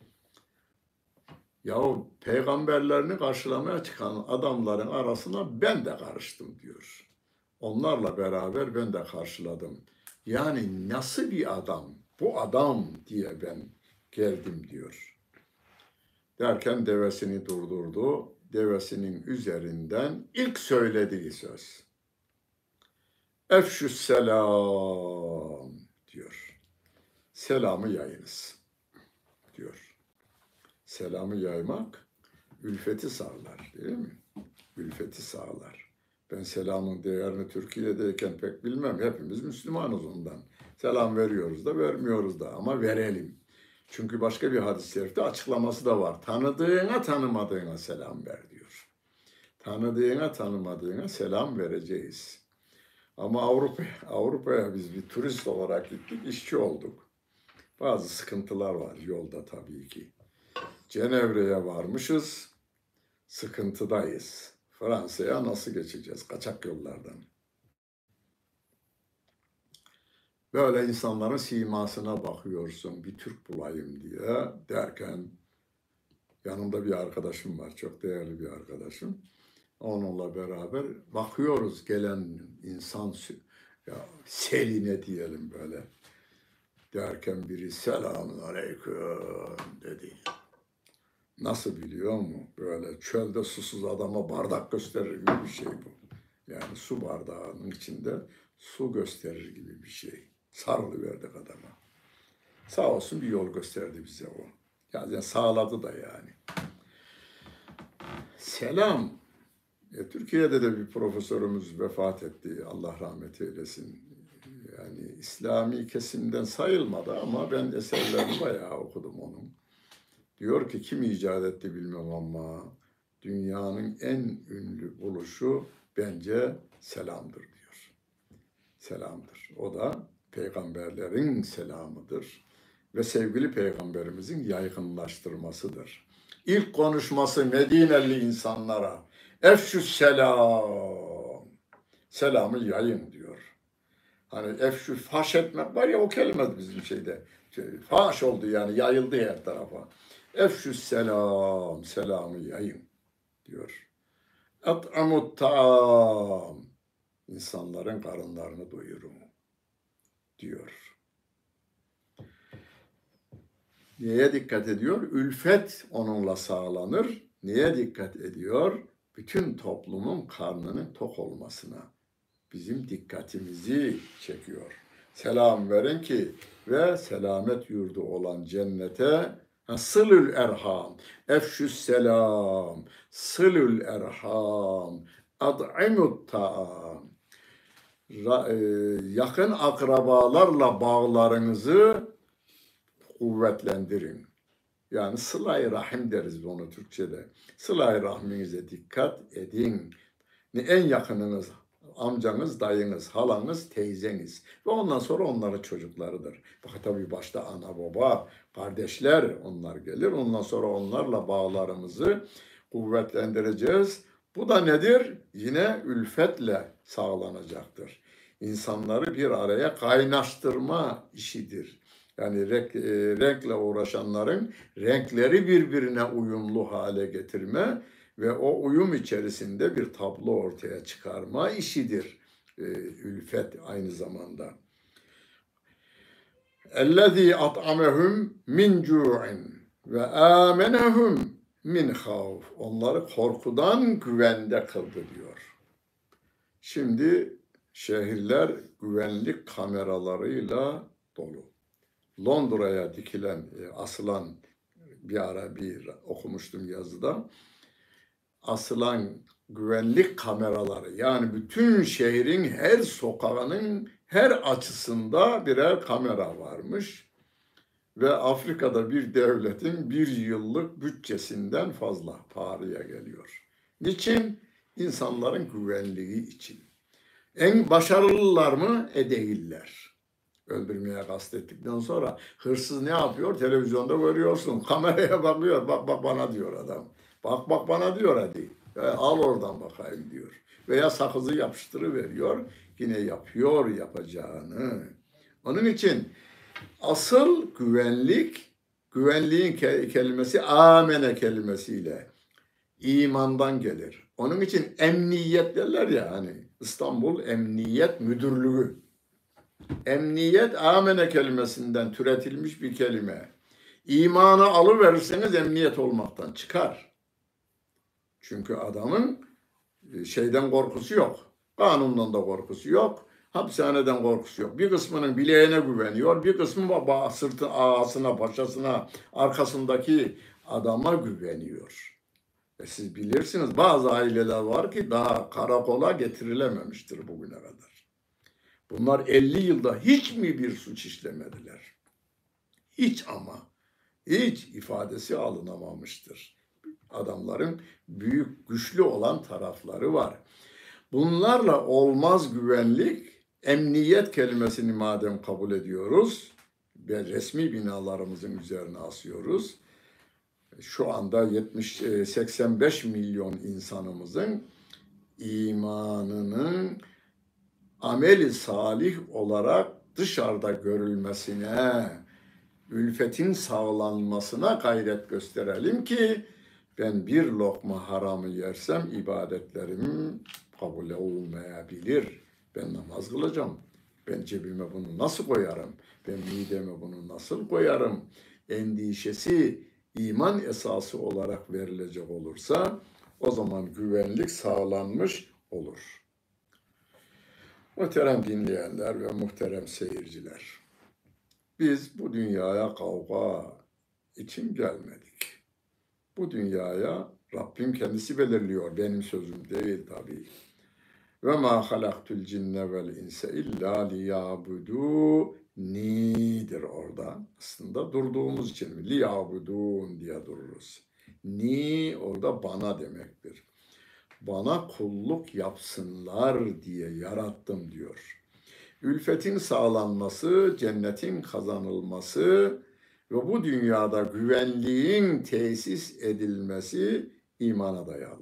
Yahu peygamberlerini karşılamaya çıkan adamların arasına ben de karıştım diyor. Onlarla beraber ben de karşıladım. Yani nasıl bir adam, bu adam diye ben geldim diyor. Derken devesini durdurdu. Devesinin üzerinden ilk söylediği söz. Efşü's selam diyor. Selamı yayınız diyor. Selamı yaymak ülfeti sağlar değil mi? Ülfeti sağlar. Ben selamın değerini Türkiye'deyken pek bilmem. Hepimiz Müslümanız ondan. Selam veriyoruz da vermiyoruz da ama verelim. Çünkü başka bir hadis-i şerifte açıklaması da var. Tanıdığına tanımadığına selam ver diyor. Tanıdığına tanımadığına selam vereceğiz. Ama Avrupa'ya biz bir turist olarak gittik, işçi olduk. Bazı sıkıntılar var yolda tabii ki. Cenevre'ye varmışız, sıkıntıdayız. Fransa'ya nasıl geçeceğiz? Kaçak yollardan. Böyle insanların simasına bakıyorsun, bir Türk bulayım diye derken yanımda bir arkadaşım var, çok değerli bir arkadaşım. Onunla beraber bakıyoruz gelen insan ya seline diyelim böyle. Derken biri selamun aleyküm dedi. Nasıl biliyor mu? Böyle çölde susuz adama bardak gösterir gibi bir şey bu. Yani su bardağının içinde su gösterir gibi bir şey. Sarılıverdik adama. Sağ olsun bir yol gösterdi bize o. Yani sağladı da yani. Selam. Türkiye'de de bir profesörümüz vefat etti. Allah rahmet eylesin. Yani İslami kesimden sayılmadı ama ben eserlerini bayağı okudum onun. Diyor ki kim icat etti bilmem ama dünyanın en ünlü buluşu bence selamdır diyor. Selamdır. O da peygamberlerin selamıdır ve sevgili peygamberimizin yaygınlaştırmasıdır. İlk konuşması Medineli insanlara efşü's selam. Selamı yayın diyor. Hani efşü faş etmek var ya o kelime bizim şeyde. Faş oldu yani yayıldı her tarafa. Efşü's selam. Selamı yayın diyor. At'amut ta'am. İnsanların karınlarını doyurun diyor. Neye dikkat ediyor? Ülfet onunla sağlanır. Neye dikkat ediyor? Bütün toplumun karnının tok olmasına. Bizim dikkatimizi çekiyor. Selam verin ki ve selamet yurdu olan cennete sılül erham, efşü's selam, sılül erham, ad'imut ta'am. Yakın akrabalarla bağlarınızı kuvvetlendirin. Yani sıla-i rahim deriz onu Türkçe'de. Sıla-i rahminize dikkat edin. En yakınınız amcanız, dayınız, halanız, teyzeniz ve ondan sonra onların çocuklarıdır. Bak tabii başta ana baba, kardeşler onlar gelir. Ondan sonra onlarla bağlarımızı kuvvetlendireceğiz. Bu da nedir? Yine ülfetle sağlanacaktır. insanları bir araya kaynaştırma işidir. Yani renkle uğraşanların renkleri birbirine uyumlu hale getirme ve o uyum içerisinde bir tablo ortaya çıkarma işidir. Ülfet aynı zamanda. اَلَّذ۪ي اَطْعَمَهُمْ مِنْ جُوعٍ وَآمَنَهُمْ min havf. Onları korkudan güvende kıldı diyor. Şimdi şehirler güvenlik kameralarıyla dolu. Londra'ya dikilen, asılan bir ara okumuştum yazıda. Asılan güvenlik kameraları, yani bütün şehrin her sokağının her açısında birer kamera varmış. Ve Afrika'da bir devletin bir yıllık bütçesinden fazla pahalıya geliyor. Niçin? İnsanların güvenliği için. En başarılılar mı? Değiller. Öldürmeye kastettikten sonra hırsız ne yapıyor? Televizyonda görüyorsun. Kameraya bakıyor. Bak bak bana diyor adam. Bak bak bana diyor hadi. Al oradan bakayım diyor. Veya sakızı yapıştırıveriyor. Yine yapıyor yapacağını. Onun için asıl güvenliğin kelimesi amene kelimesiyle imandan gelir. Onun için emniyet derler ya, hani İstanbul Emniyet Müdürlüğü. Emniyet amene kelimesinden türetilmiş bir kelime. İmanı alıverirseniz emniyet olmaktan çıkar. Çünkü adamın şeyden korkusu yok. Kanundan da korkusu yok. Hapishaneden korkusu yok. Bir kısmının bileğine güveniyor. Bir kısmı sırtı, ağasına, paşasına, arkasındaki adama güveniyor. Siz bilirsiniz, bazı aileler var ki daha karakola getirilememiştir bugüne kadar. Bunlar 50 yılda hiç mi bir suç işlemediler? Hiç ama. Hiç ifadesi alınamamıştır. Adamların büyük, güçlü olan tarafları var. Bunlarla olmaz güvenlik. Emniyet kelimesini madem kabul ediyoruz ve resmi binalarımızın üzerine asıyoruz, şu anda 85 milyon insanımızın imanının ameli salih olarak dışarıda görülmesine, ülfetin sağlanmasına gayret gösterelim ki ben bir lokma haramı yersem ibadetlerim kabul olmayabilir. Ben namaz kılacağım. Ben cebime bunu nasıl koyarım? Ben mideme bunu nasıl koyarım? Endişesi iman esası olarak verilecek olursa o zaman güvenlik sağlanmış olur. Muhterem dinleyenler ve muhterem seyirciler, biz bu dünyaya kavga için gelmedik. Bu dünyaya Rabbim kendisi belirliyor. Benim sözüm değil tabii. Ve ma halaktul cinne vel insa illa liyabuduni'dir orada. Aslında durduğumuz için liyabudun diye dururuz. Ni orada bana demektir. Bana kulluk yapsınlar diye yarattım diyor. Ülfetin sağlanması, cennetin kazanılması ve bu dünyada güvenliğin tesis edilmesi imana dayalı.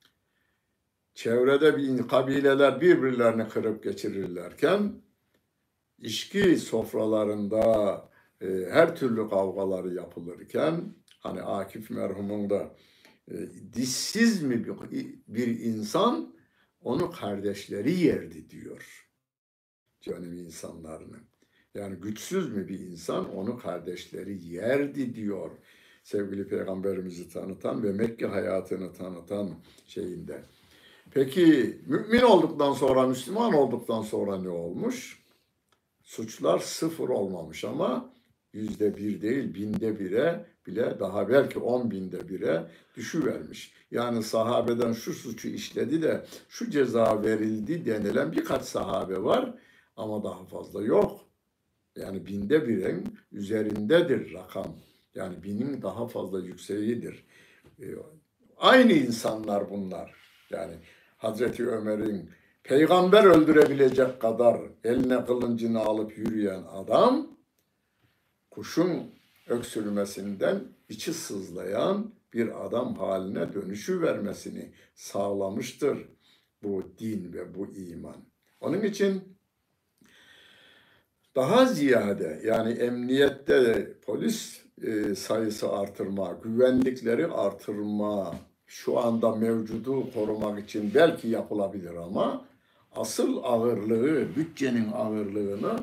Çevrede kabileler birbirlerini kırıp geçirirlerken, içki sofralarında her türlü kavgaları yapılırken, hani Akif merhumun da dişsiz mi bir insan onu kardeşleri yerdi diyor. Canım insanlarının. Yani güçsüz mü bir insan onu kardeşleri yerdi diyor. Sevgili Peygamberimizi tanıtan ve Mekke hayatını tanıtan şeyinde. Peki mümin olduktan sonra, Müslüman olduktan sonra ne olmuş? Suçlar sıfır olmamış ama 100%1 değil 1000'de 1'e bile, daha belki 10.000'de 1'e düşüvermiş. Yani sahabeden şu suçu işledi de şu ceza verildi denilen birkaç sahabe var ama daha fazla yok. Yani 1000'de 1'in üzerindedir rakam. Yani 1000'in daha fazla yükseğidir. Aynı insanlar bunlar. Yani Hazreti Ömer'in peygamber öldürebilecek kadar eline kılıncını alıp yürüyen adam, kuşun öksürmesinden içi sızlayan bir adam haline dönüşü vermesini sağlamıştır bu din ve bu iman. Onun için Daha ziyade yani emniyette polis sayısı artırma, güvenlikleri artırma, şu anda mevcudu korumak için belki yapılabilir ama asıl ağırlığı, bütçenin ağırlığını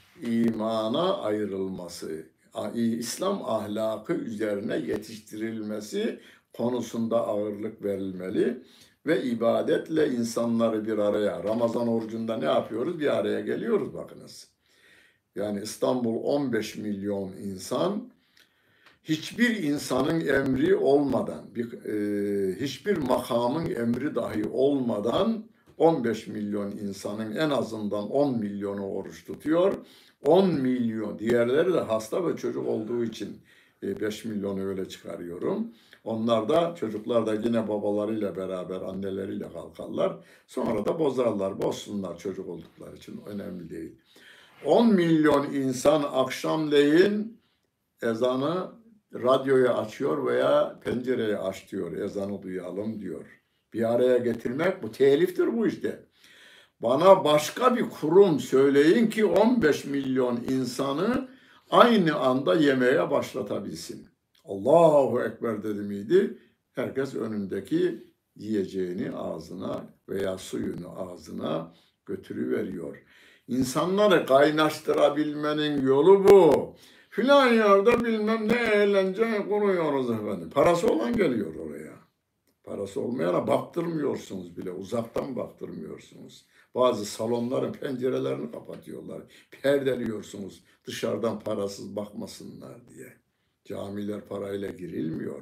imana ayrılması, İslam ahlakı üzerine yetiştirilmesi konusunda ağırlık verilmeli ve ibadetle insanları bir araya, Ramazan orucunda ne yapıyoruz? Bir araya geliyoruz bakınız. Yani İstanbul 15 milyon insan, hiçbir insanın emri olmadan, hiçbir makamın emri dahi olmadan 15 milyon insanın en azından 10 milyonu oruç tutuyor. 10 milyon, diğerleri de hasta ve çocuk olduğu için 5 milyonu öyle çıkarıyorum. Onlar da, çocuklar da yine babalarıyla beraber anneleriyle kalkarlar. Sonra da bozarlar, bozsunlar çocuk oldukları için, önemli değil. 10 milyon insan akşamleyin ezanı radyoyu açıyor veya pencereyi aç diyor, ezanı duyalım diyor. Bir araya getirmek bu teliftir bu işte. Bana başka bir kurum söyleyin ki 15 milyon insanı aynı anda yemeye başlatabilsin. Allahu Ekber dedi miydi? Herkes önündeki yiyeceğini ağzına veya suyunu ağzına götürüveriyor. İnsanları kaynaştırabilmenin yolu bu. Filan yerde bilmem ne eğlence kuruyoruz efendim. Parası olan geliyor oraya. Parası olmayana baktırmıyorsunuz bile. Uzaktan baktırmıyorsunuz. Bazı salonların pencerelerini kapatıyorlar. Perdeliyorsunuz dışarıdan parasız bakmasınlar diye. Camiler parayla girilmiyor.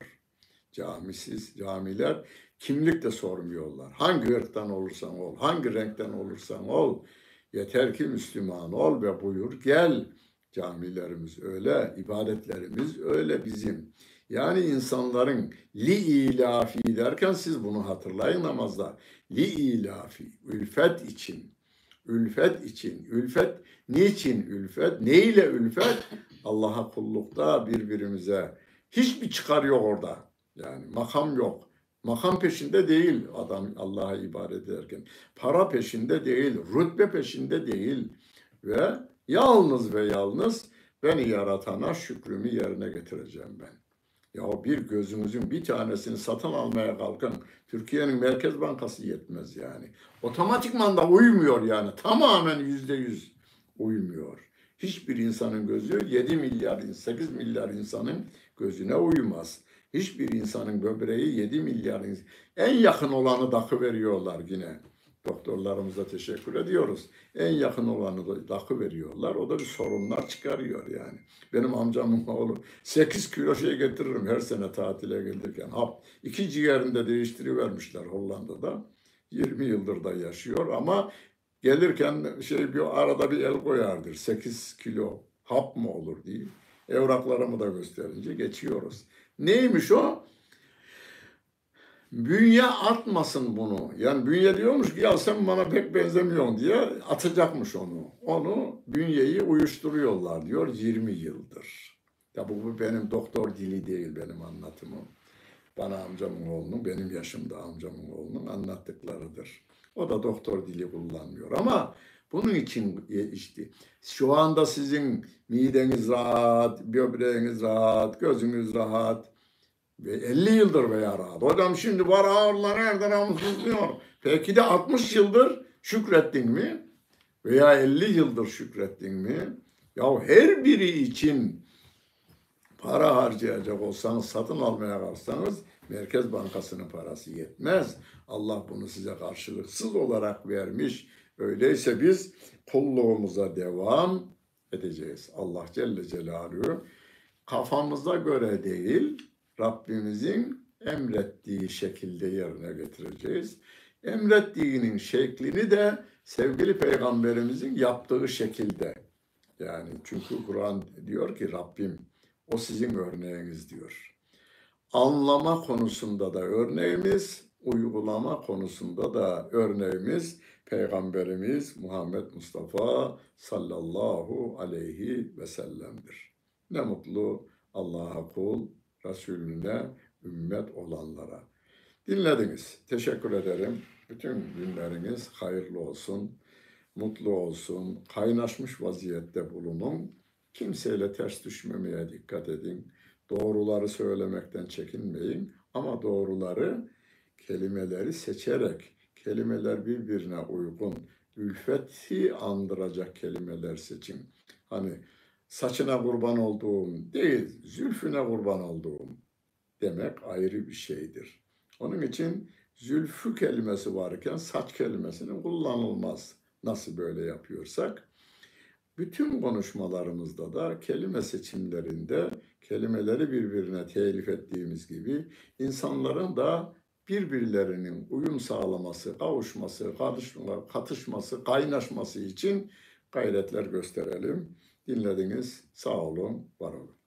Camiler kimlik de sormuyorlar. Hangi ırktan olursan ol, hangi renkten olursan ol. Yeter ki Müslüman ol ve buyur gel. Camilerimiz öyle, ibadetlerimiz öyle bizim. Yani insanların li ilafi derken siz bunu hatırlayın namazda. Li ilafi, ülfet için. Ülfet için. Ülfet niçin ülfet? Ne ile ülfet? Allah'a kullukta birbirimize. Hiçbir çıkar yok orada. Yani makam yok. Makam peşinde değil adam Allah'a ibadet ederken. Para peşinde değil, rütbe peşinde değil. Ve yalnız ve yalnız beni yaratana şükrümü yerine getireceğim ben. Ya bir gözümüzün bir tanesini satın almaya kalkın. Türkiye'nin Merkez Bankası yetmez yani. Otomatikman da uymuyor yani. Tamamen %100 uymuyor. Hiçbir insanın gözü 7 milyar, 8 milyar insanın gözüne uymaz. Hiçbir insanın böbreği 7 milyar insan. En yakın olanı takı veriyorlar yine. Doktorlarımıza teşekkür ediyoruz. En yakın olanı da takı veriyorlar. O da bir sorunlar çıkarıyor yani. Benim amcamın oğlu 8 kilo şey getiririm her sene tatile gelirken. Hap. 2 ciğerini de değiştirivermişler Hollanda'da. 20 yıldır da yaşıyor ama gelirken bir arada bir el koyardır. 8 kilo hap mı olur diye. Evraklarımı da gösterince geçiyoruz. Neymiş o? Bünye atmasın bunu. Yani bünye diyormuş ki ya sen bana pek benzemiyorsun diye atacakmış onu. Onu bünyeyi uyuşturuyorlar diyor 20 yıldır. Ya bu benim doktor dili değil benim anlatımım. Bana amcamın oğlunun, benim yaşımda amcamın oğlunun anlattıklarıdır. O da doktor dili kullanmıyor ama bunun için işte şu anda sizin mideniz rahat, böbreğiniz rahat, gözünüz rahat, ve 50 yıldır veya rahat. Hocam şimdi var ağırlar her tarafımız sızlıyor. Peki de 60 yıldır şükrettin mi? Veya 50 yıldır şükrettin mi? Ya her biri için para harcayacak olsanız, satın almaya kalksanız Merkez Bankası'nın parası yetmez. Allah bunu size karşılıksız olarak vermiş. Öyleyse biz kulluğumuza devam edeceğiz. Allah Celle Celaluhu kafamıza göre değil, Rabbimizin emrettiği şekilde yerine getireceğiz. Emrettiğinin şeklini de sevgili Peygamberimizin yaptığı şekilde. Yani çünkü Kur'an diyor ki Rabbim o sizin örneğiniz diyor. Anlama konusunda da örneğimiz, uygulama konusunda da örneğimiz Peygamberimiz Muhammed Mustafa sallallahu aleyhi ve sellem'dir. Ne mutlu Allah'a kul, Resulüne ümmet olanlara. Dinlediniz. Teşekkür ederim. Bütün günleriniz hayırlı olsun. mutlu olsun, kaynaşmış vaziyette bulunun. Kimseyle ters düşmemeye dikkat edin. Doğruları söylemekten çekinmeyin ama doğruları, kelimeleri seçerek, kelimeler birbirine uygun, ülfeti andıracak kelimeler seçin. Hani saçına kurban olduğum değil, zülfüne kurban olduğum demek ayrı bir şeydir. Onun için zülfü kelimesi varken saç kelimesinin kullanılmaz. Nasıl böyle yapıyorsak, bütün konuşmalarımızda da kelime seçimlerinde kelimeleri birbirine telif ettiğimiz gibi insanların da birbirlerinin uyum sağlaması, kavuşması, katışması, kaynaşması için gayretler gösterelim. Dinlediniz. Sağ olun, var olun.